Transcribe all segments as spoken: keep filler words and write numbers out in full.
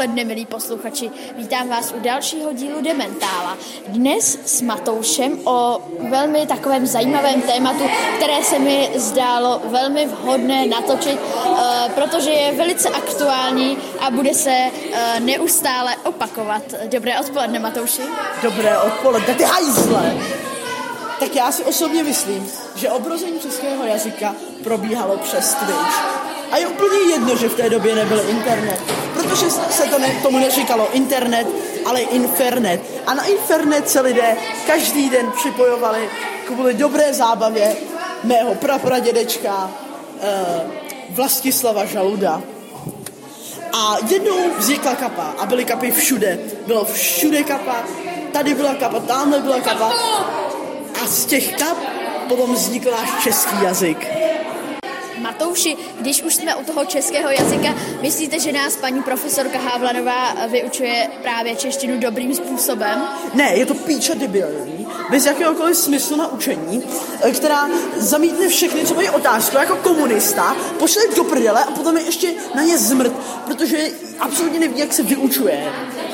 odpoledne, milí posluchači. Vítám vás u dalšího dílu Dementála. Dnes s Matoušem o velmi takovém zajímavém tématu, které se mi zdálo velmi vhodné natočit, protože je velice aktuální a bude se neustále opakovat. Dobré odpoledne, Matouši. Dobré odpoledne, ty hajzle! Tak já si osobně myslím, že obrození českého jazyka probíhalo přes Twitch. A je úplně jedno, že v té době nebyl internet, protože se to ne, tomu neříkalo internet, ale infernet. A na infernet se lidé každý den připojovali kvůli dobré zábavě mého prapradědečka eh, Vlastislava Žaluda. A jednou vznikla kapa a byly kapy všude. Bylo všude kapa, tady byla kapa, tamhle byla kapa. A z těch kap potom vznikl náš český jazyk. Matouši, když už jsme u toho českého jazyka, myslíte, že nás paní profesorka Havlanová vyučuje právě češtinu dobrým způsobem? Ne, je to píče debilní, bez jakéhokoliv smyslu na učení, která zamítne všechny, co mají otázku, jako komunista, pošle do prdele a potom je ještě na ně zmrt, protože absolutně neví, jak se vyučuje.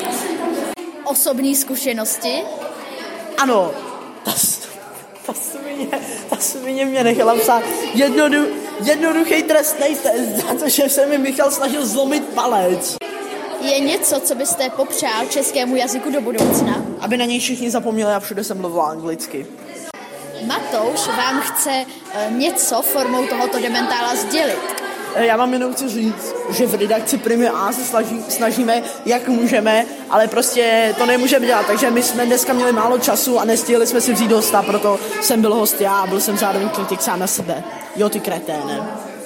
Osobní zkušenosti? Ano, ta, ta, svině, ta svině mě nechala psát jednodu, jednoduchý trestnej test, za to, že se mi Michal snažil zlomit palec. Je něco, co byste popřál českému jazyku do budoucna? Aby na něj všichni zapomněli a všude jsem mluvil anglicky. Matouš vám chce uh, něco formou tohoto dementála sdělit. Já vám jenom chci říct, že v redakci Primy A se snaží, snažíme, jak můžeme, ale prostě to nemůžeme dělat, takže my jsme dneska měli málo času a nestihli jsme si vzít hosta, proto jsem byl host já a byl jsem zároveň kritik sám na sebe. Jo, ty kreténe.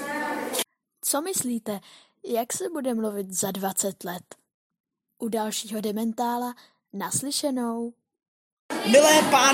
Co myslíte, jak se bude mluvit za dvacet let? U dalšího dementála naslyšenou. Milé pán